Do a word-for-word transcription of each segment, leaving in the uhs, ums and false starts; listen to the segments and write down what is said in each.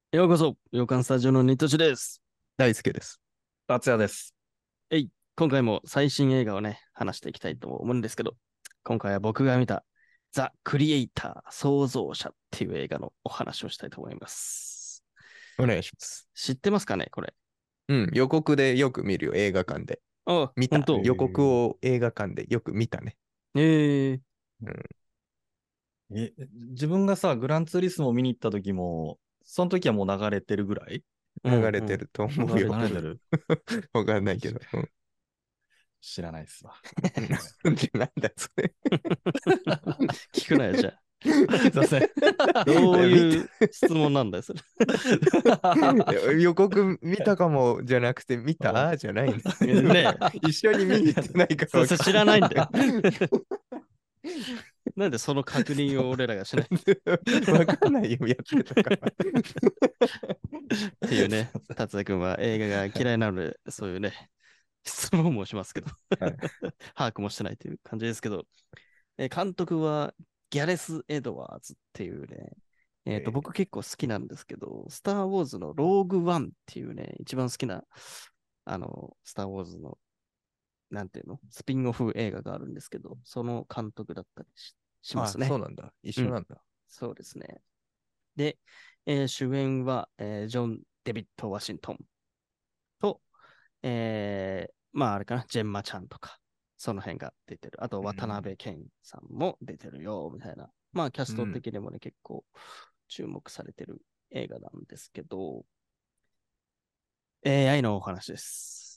ようこそ、洋館スタジオのニットシです。 大輔です。 達也です。 えい、今回も最新映画をね、話していきたいと思うんですけど、今回は僕が見たザ・クリエイター創造者っていう映画のお話をしたいと思います。 お願いします。 知ってますかね、これ。 うん、予告でよく見るよ、映画館で。 あ、 見た。 本当。 予告を映画館でよく見たね。 えー、 うん、 え、自分がさ、グランツーリスモ見に行った時も、その時はもう流れてるぐらいうんうん。 流れてると思うよ。 流れてる。 流れてるわかんないけしど。うん知らないっすわ。 うんなんだそれ。 聞くなよ、じゃあ。 すいません。 どう見たいう質問なんだよ、それ。 予告見たかもじゃなくて見おたじゃないんだ。 ねえ、 一緒に見に行ってないかそれらわかん知らないんだよ。 ない。 なんでその確認を俺らがしないっわかんないよ、やってたから。 ていうね、達也君は映画が嫌いなので、そういうね、質問もしますけど、 はい把握もしてないという感じですけど、えー監督はギャレス・エドワーズっていうね、えっと、 え僕結構好きなんですけど、スター・ウォーズのローグ・ワンっていうね、一番好きな、あの、スター・ウォーズの、なんていうの、スピンオフ映画があるんですけど、その監督だったりし、しまあ、 すね。 そうなんだ。一うん、 緒なんだ。 そうですね。で、えー主演は、えージョン・デビッド・ワシントンと、えー、まああれかな、ジェンマちゃんとか、その辺が出てる。あと、渡うん。 辺謙さんも出てるよ、みたいな。まあ、キャストうん。 的にもね、結構注目されてる映画なんですけど、エーアイ のお話です。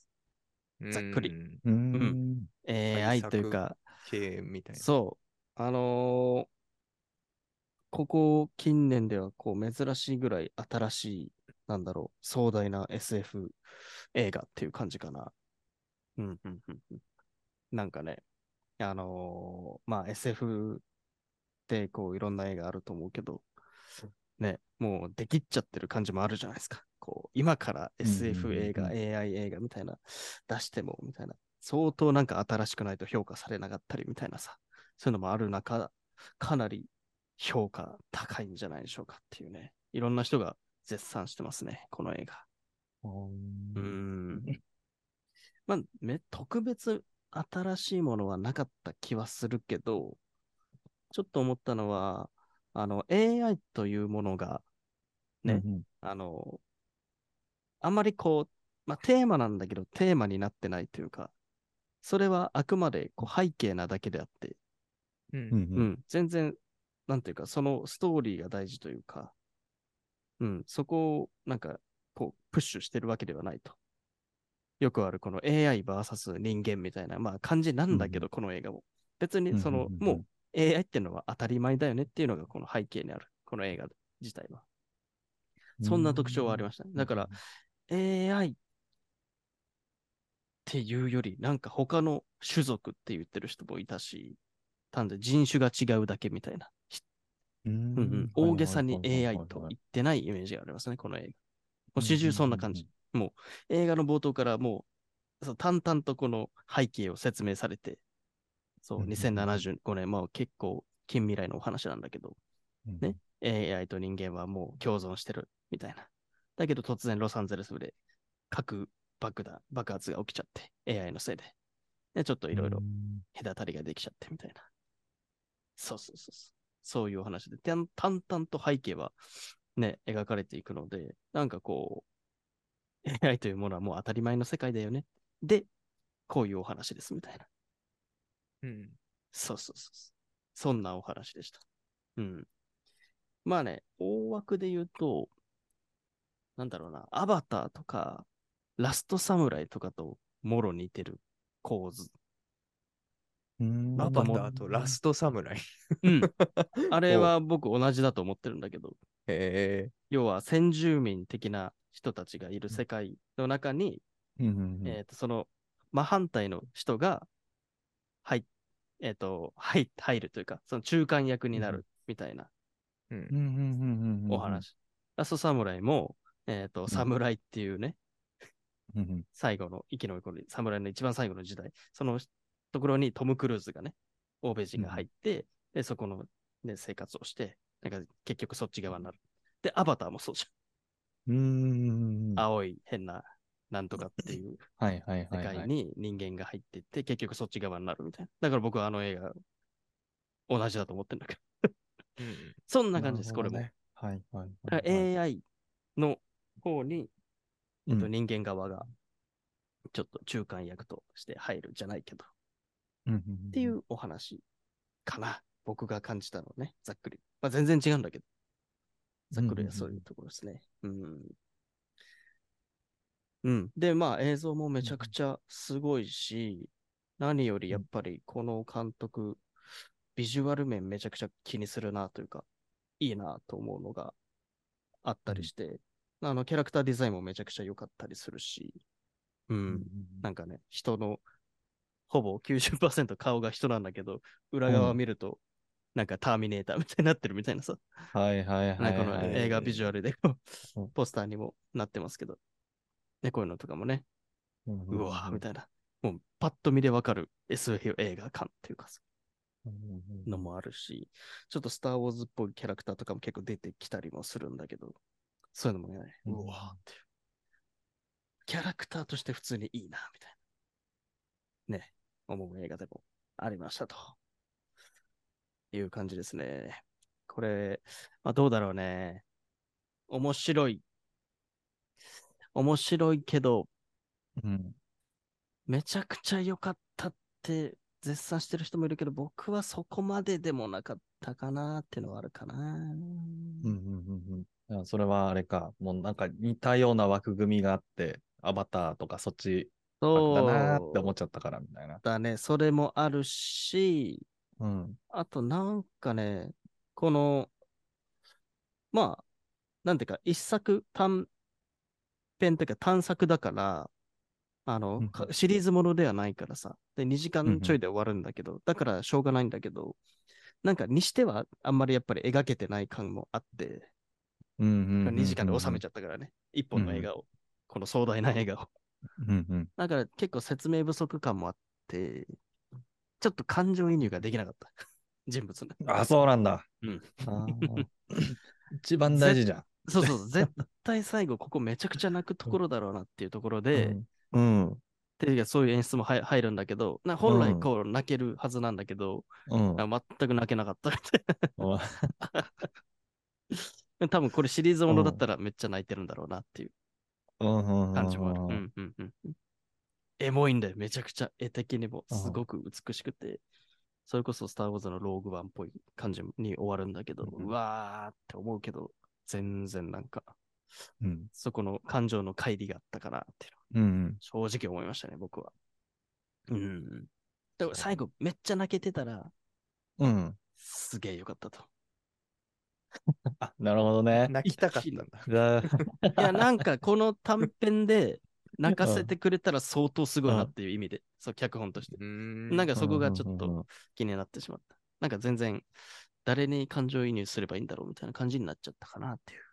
うざっくり。 ん。 うーうん。 ん。 対エーアイ という策か、 系みたいな。 そう。あのーここ近年ではこう珍しいぐらい新しい、なんだろう、壮大な エスエフ 映画っていう感じかな。うん、うん、うん。うんなんかね、あのーまあ エスエフ ってこういろんな映画あると思うけど、ね、もうできっちゃってる感じもあるじゃないですか。こう、今からうんうエスエフ 映画、 んうんエーアイ 映画みたいな出しても、みたいな、相当なんか新しくないと評価されなかったりみたいなさ、そういうのもある中、かなり評価高いんじゃないでしょうかっていうね、いろんな人が絶賛してますね、この映画。うーうん。 ん。まあ、め、特別新しいものはなかった気はするけど、ちょっと思ったのは、あの、エーアイ というものがね、 うんうんあの、あんまりこう、まあ、テーマなんだけど、テーマになってないというか、それはあくまでこう背景なだけであって、 うん。 うんうんうん、全然、なんていうか、そのストーリーが大事というか、うん、そこをなんか、こう、プッシュしてるわけではないと。よくあるこの エーアイ vs 人間みたいな、まあ感じなんだけど、この映画も。別にうんその、もう エーアイ っていうのは当たり前だよねっていうのがこの背景にある。この映画自体は。 うそんな特徴はありんましたね。だから、エーアイ っていうより、なんか他の種族って言ってる人もいたし、単で人種が違うだけみたいな。 ううんうん、 ん。はい大げさにはいはいはいエーアイはいはい。 と言ってないイメージがありますね、この映画。もう始終うんうんそんな感じ。 うんもう映画の冒頭からもうそう淡々とこの背景を説明されて、そう、 うんにせんななじゅうごねん、まあ結構近未来のお話なんだけど、ね、 うんエーアイ と人間はもう共存してるみたいな。だけど突然ロサンゼルスで核爆弾、爆発が起きちゃって、エーアイ のせいで。で、ちょっというろいろん隔たりができちゃってみたいな。そうそうそうそう。そういうお話で、淡々と背景はね、描かれていくので、なんかこう、エーアイ というものはもう当たり前の世界だよね。で、こういうお話ですみたいな。 うん。 そうそうそうそう。そんなお話でした。うん。まあね、大枠で言うと、なんだろうな、アバターとか、ラストサムライとかともろ似てる構図うんアだと思っ、 バターとラストサムライ。 うん。あれおう。 は僕同じだと思ってるんだけど、 へえ。 要は先住民的な人たちがいる世界の中に、 うんうんえっと、その真反対の人が入、えっと、入、入るというか、その中間役になるみたいなうん。 うんうんうんうんうんお話。ラストサムライも、えっと、 うん侍っていうね、 うんうん最後の、生き残り、侍の一番最後の時代、そのところにトム・クルーズがね、欧米人が入って、で、そこの、ね、生活をして、なんか結局そっち側になる。で、アバターもそうじゃん。 うーん。 青い変ななんとかっていうはいはい世はいはい。 界に人間が入っていって、結局そっち側になるみたいな。だから僕はあの映画同じだと思ってるんだけど。 うん。 そんななる感じです、これも。 ほどね。はいはいだからはいはい。 エーアイ の方に、えっと、 うん。 人間側がちょっと中間役として入るじゃないけど、っうんうんうんていうお話かな。僕が感じたのね、ざっくり。まあ、全然違うんだけど、ざっくりはそういうところですね。うん。うん。で、まあ映像もめちゃくちゃすごいし、何よりやっぱりこの監督、ビジュアル面めちゃくちゃ気にするなというか、いいなと思うのがあったりして、あのキャラクターデザインもめちゃくちゃ良かったりするし、ううんん。なんかね、人のほぼきゅうじゅっパーセント顔が人なんだけど、裏うん。 側見ると、なんかターミネーターみたいになってるみたいなさ、 はいはいなんかこのはいはい。 映画ビジュアルでこううんポスターにもなってますけど、ね、こういうのとかもね、 うんうんうわーうんみたいな。もうパッと見でわかる エスエフ 映画感っていうかさ、 うんうんのもあるし、ちょっとスター・ウォーズっぽいキャラクターとかも結構出てきたりもするんだけど、そういうのもね、 うんうわーっていう。キャラクターとして普通にいいな、みたいな。ね、思う映画でもありましたという感じですね。これ、まあ、どうだろうね。面白い。面白いけど、 うんめちゃくちゃ良かったって絶賛してる人もいるけど、僕はそこまででもなかったかなっていうのはあるかな。 うんうんうんうん。いやそれはあれか、もうなんか似たような枠組みがあって、アバターとかそっち枠だなーって思っそうちゃったからみたいな。 だね、それもあるし、 うん。 あとなんかね、この、まあ、なんていうか、一作短編というか短作だから、あの、 うんシリーズものではないからさ、で、にじかんちょうんいで終わるんだけど、だからしょうがないんだけど、なんかにしてはあんまりやっぱり描けてない感もあって、 うんうんうんにじかんで収めうんちゃったからね、一うんうん本の映画を、この壮大な映画を。 うんうん。 だから結構説明不足感もあって、ちょっと感情移入ができなかった。人物の。 あ、そうなんだ。 うん。 あー一番大ぜ事じゃん。 そうそう、絶対最後ここめちゃくちゃ泣くところだろうなっていうところで、 うんうんでそういう演出も入入るんだけど、な本来こう泣けるはずなんだけど、 うんあ全く泣けなかったみたいうんな。多分これシリーズものだっうんたらめっちゃ泣いてるんだろうなっていううん感じもある。ううんんうんうんうん。エモいんだよ、めちゃくちゃ絵的にもうんすごく美しくて、それこそスター・ウォーズのローグワンっぽい感じに終わるんだけど、 うんうわーって思うけど、全然なんか、 うんそこの感情の乖離があったかなっていううん。 の正直思いましたね、僕は。うん。でも最後めっちゃ泣けてたら、 うん。 すげえよかったと。 あ、なるほどね。 泣きたかったんだ。 じゃあいや、なんかこの短編で泣かせてくれたら相当すごいなっていう意味で、そう、脚本として。 うーん。 なんかそこがちょっうんうんうんと気になってしまった。なんか全然誰に感情移入すればいいんだろうみたいな感じになっちゃったかなっていう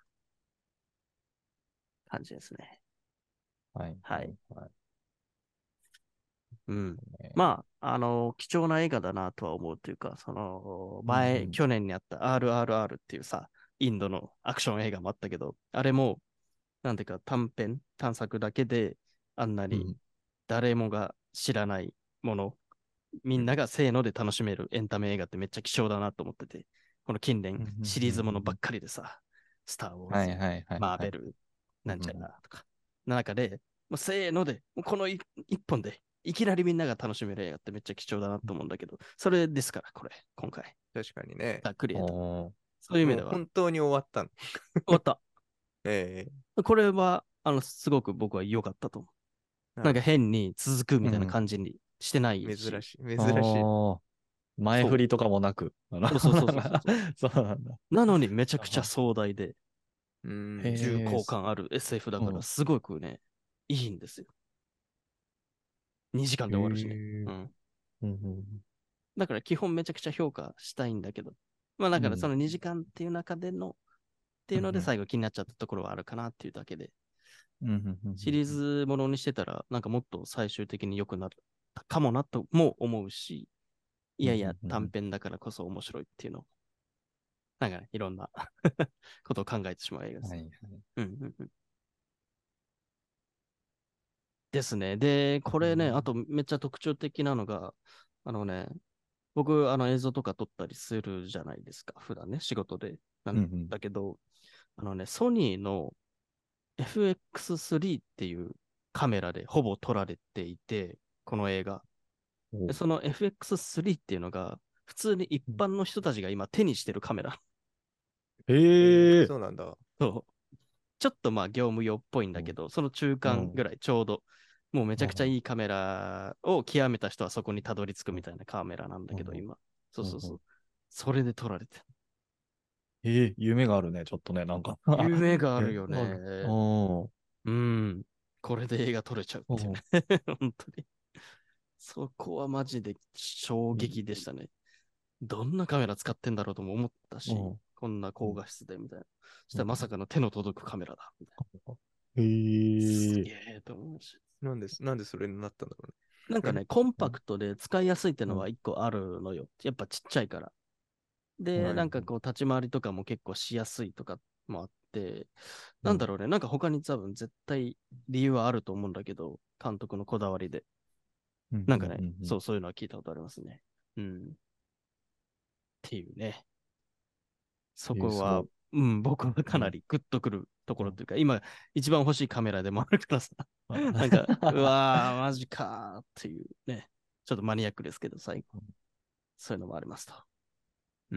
感じですね。 はいははいいはい。 うん。 ねまあ、あの、貴重な映画だなとは思うというか、その、前、 うんうん去年にあった アールアールアール っていうさ、インドのアクション映画もあったけど、あれも、なんていうか短編、短作だけで、あんなにうん誰もが知らないもの、みんながせーので楽しめるエンタメ映画ってめっちゃ貴重だなと思ってて、この近年うんうんシリーズものばっかりでさ、スター・ウォーズ、 はいはいはいはい。 マーベル、なんちゃうんらとか、の中で、もうせーので、もうこのい一本で、いきなりみんなが楽しめる映画ってめっちゃ貴重だなと思うんだけど、それですから、これ、今回。 確かにね。 ざっくり言うと。 おーそういう意味では、 もう本当に終わったの。 終わった。 ええこれは、あの、すごく僕は良かったと思う。なんかなる変に続くみたいなうん感じにしてないほどし。 珍しい。珍しい。 おー前振りとかもなく。あのそうそうそうそうそうそうなんだ。 なのにめちゃくちゃ壮大で、 うーへん。 重え厚感ある エスエフ だから、 うんすごくね、いいんですよ。にじかんで終わるしね。 へーうん。 うんうんだから基本めちゃくちゃ評価したいんだけど、まあだからうんそのにじかんっていう中での、っていうので最後気になっちゃったところはあるかなっていうだけで、 うんうんうんシリーズものにしてたら、なんかもっと最終的に良くなったかもなとも思うし、いやいや短編だからこそ面白いっていうのを、なんかね、いろんなことを考えてしまう映画です。 はいはい。 うんうんうん。 ですね。で、これね、 うんあとめっちゃ特徴的なのが、あのね、僕、あの映像とか撮ったりするじゃないですか。普段ね、仕事で。なんうんうん。 だけど、あのね、ソニーの エフエックススリー っていうカメラでほぼ撮られていて、この映画。 おでその エフエックススリー っていうのが、普通に一般の人たちが今手にしてるカメラ。 えーへえ。 そうなんだ。 そうちょっとまあ業務用っぽいんだけど、その中間ぐらいちょうど、もうめちゃくちゃいいカメラを極めた人はそこにたどり着くみたいなカメラなんだけど、 うん今。そうそうそう。 うんそれで撮られてる。 ええ、夢があるね、ちょっとね、なんか。 夢があるえ、 よわね。 うん。 うん。これで映画撮れちゃうっていうね。本当に。そこはマジで衝撃でしたね。どんなカメラ使ってんだろうとも思ったし、 うんこんな高画質でみたいな。そしたらまさかの手の届くカメラだ。みたいへな。すえ。 げえと思うし。 なんで、なんでそれになったんだろなんかね、コンパクトで使いやすいってのうんは一個あるのよ。やっぱちっちゃいから。で、 はいなんかこう立ち回りとかも結構しやすいとかもあって、 うんなんだろうね、なんか他に多分絶対理由はあると思うんだけど、監督のこだわりで。 うんなんかね、 うんうんうんそう、そういうのは聞いたことありますね。うん。っていうね。そえーこは、 すごい。 うん、僕はかなりグッとくるところというか、今一番欲しいカメラでもあるからさ、なんか、うわー、マジかーっていうね、ちょっとマニアックですけど、最後。そういうのもありますと。うん。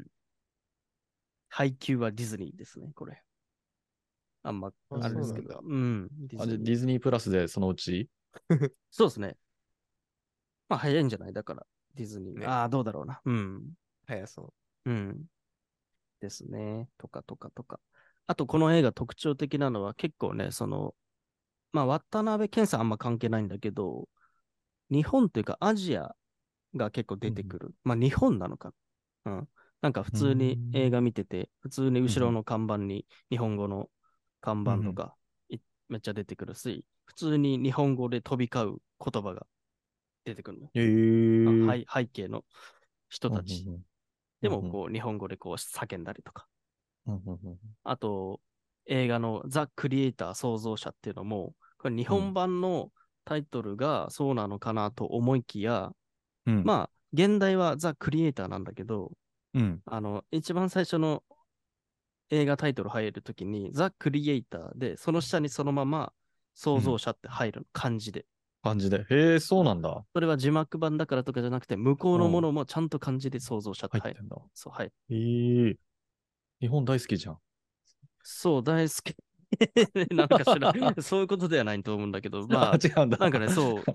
配給はディズニーですね、これ。あんま、 う。あ、 あれですけど。 そうなんだ。 うん、ディあ、じゃあズニー。 ディズニープラスでそのうちそうですね。まあ、早いんじゃないだから、ディズニー。 ね。 ああ、どうだろうな。うん。 早そうん。ですね。とかとかとか。あと、この映画特徴的なのは結構ね、その、まあ、渡辺謙さんあんま関係ないんだけど、日本というかアジアが結構出てくる。まあ、日本なのかな。うん。なんか普う通に映ん。 画見てて、普通に後ろうんの看板に日本語の看うんうん板とかいめっちゃ出てくるし、普通に日本語で飛び交う言葉が出てくるのよ。 えあーはい背景の人たち。 うんうんでも、 うんうんこう、日本語でこう叫んだりとか。 うんうんあと、映画のザ・クリエイター創造者っていうのも、これ日うん本版のタイトルがそうなのかなと思いきや、 うんまあ、現代はザ・クリエイターなんだけど、 うんあの、一番最初の映画タイトル入るときに、ザ・クリエイターで、その下にそのまま創造者って入るの、漢字で。 感じで。へえ、そうなんだ。 それは字幕版だからとかじゃなくて、向こうのものもちゃんと漢字で創造者って入る。 入ってんだ。 そう、はい。 ええ、日本大好きじゃん。 そう、大好き。なんかしら、そういうことではないと思うんだけど、まあ、 あ、 違うんだ。 なんかね、そう、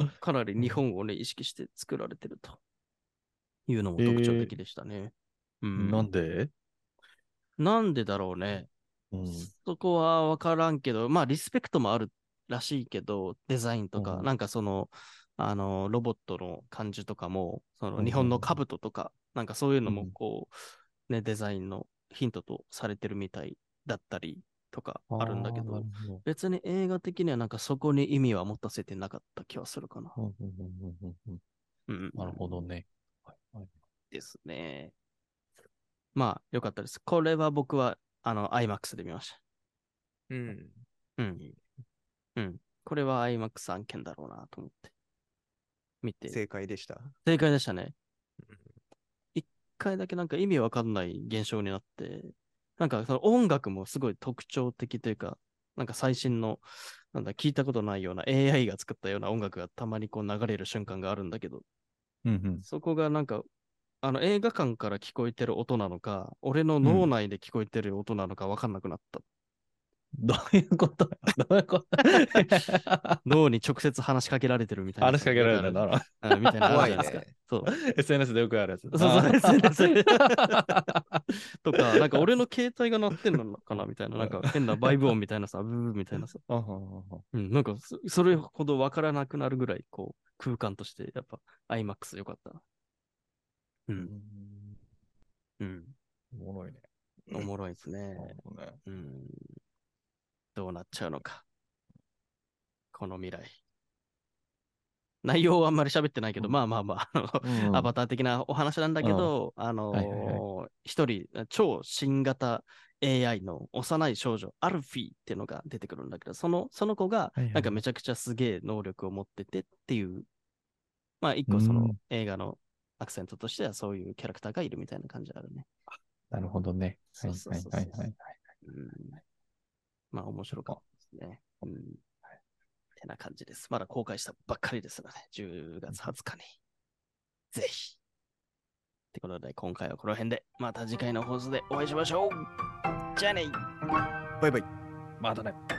かなり日うん本をね、意識して作られてるというのも特徴ええ、 的でしたね。うなんん。 でなんでだろうね。 うん。 そこはわからんけど、まあ、リスペクトもあるらしいけど、デザインとか、 うんなんかその、あの、ロボットの感じとかも、その日本のうんうん兜とか、なんかそういうのもうんこう、ね、デザインのヒントとされてるみたいだったりとかああるんだけあ、なるど、 ほど。 別に映画的にはなんかそこに意味は持たせてなかった気はするかな。 うんうんうんうんうんうんうんうん。 なるほどね。はいはいですね。まあ、よかったです。これは僕は、あの、アイマックス で見ました。 う。うん。 うん。 いいうん。これは アイマックス 案件だろうなと思って見て。 正解でした。 正解でしたね。 うん一回だけなんか意味わかんない現象になって、なんかその音楽もすごい特徴的というか、なんか最新の、なんだ、聞いたことないような エーアイ が作ったような音楽がたまにこう流れる瞬間があるんだけど、 うんうん。 そこがなんか、あの映画館から聞こえてる音なのか、俺のうん脳内で聞こえてる音なのかわかんなくなった。 どういうことどういうこと脳に直接話しかけられてるみたいなさ。 話しかけられよくあるるんだな。 うんみたいなのあるじゃないですか。 怖いね。 そう。 エスエヌエス でよくあるやつ。 そうそう、 あエスエヌエス とか、なんか俺の携帯が鳴ってんのかなみたいな、なんか変なバイブ音みたいなさ、ブーみたいなさ。 あはははうん、なんかそそれほどわからなくなるぐらい、こう、空間として、やっぱ アイマックス よかったな。う。 うんんうん。 おもろいね。 おもろいですね。 なるほどね。 うん。どうなっちゃうのか。この未来。内容はあんまり喋ってないけど、 うんまあまあまあ、あのうんアバター的なお話なんだけど、あはいはいはいのー一人、超新型エーアイ の幼い少女、アルフィーっていうのが出てくるんだけど、その、その子がはいはいなんかめちゃくちゃすげえ能力を持っててっていう、まあ一う個そのん。 映画のアクセントとしてはそういうキャラクターがいるみたいな感じあるね。 なるほどね。はそういはいそうそうそう。 はいはい。 うん、まあ面白かったですね。うん。てな感じです。まだ公開したばっかりですので、じゅうがつはつかに。ぜひ。ってことで、今回はこの辺で、また次回の放送でお会いしましょう。じゃあねバイバイ。 またね。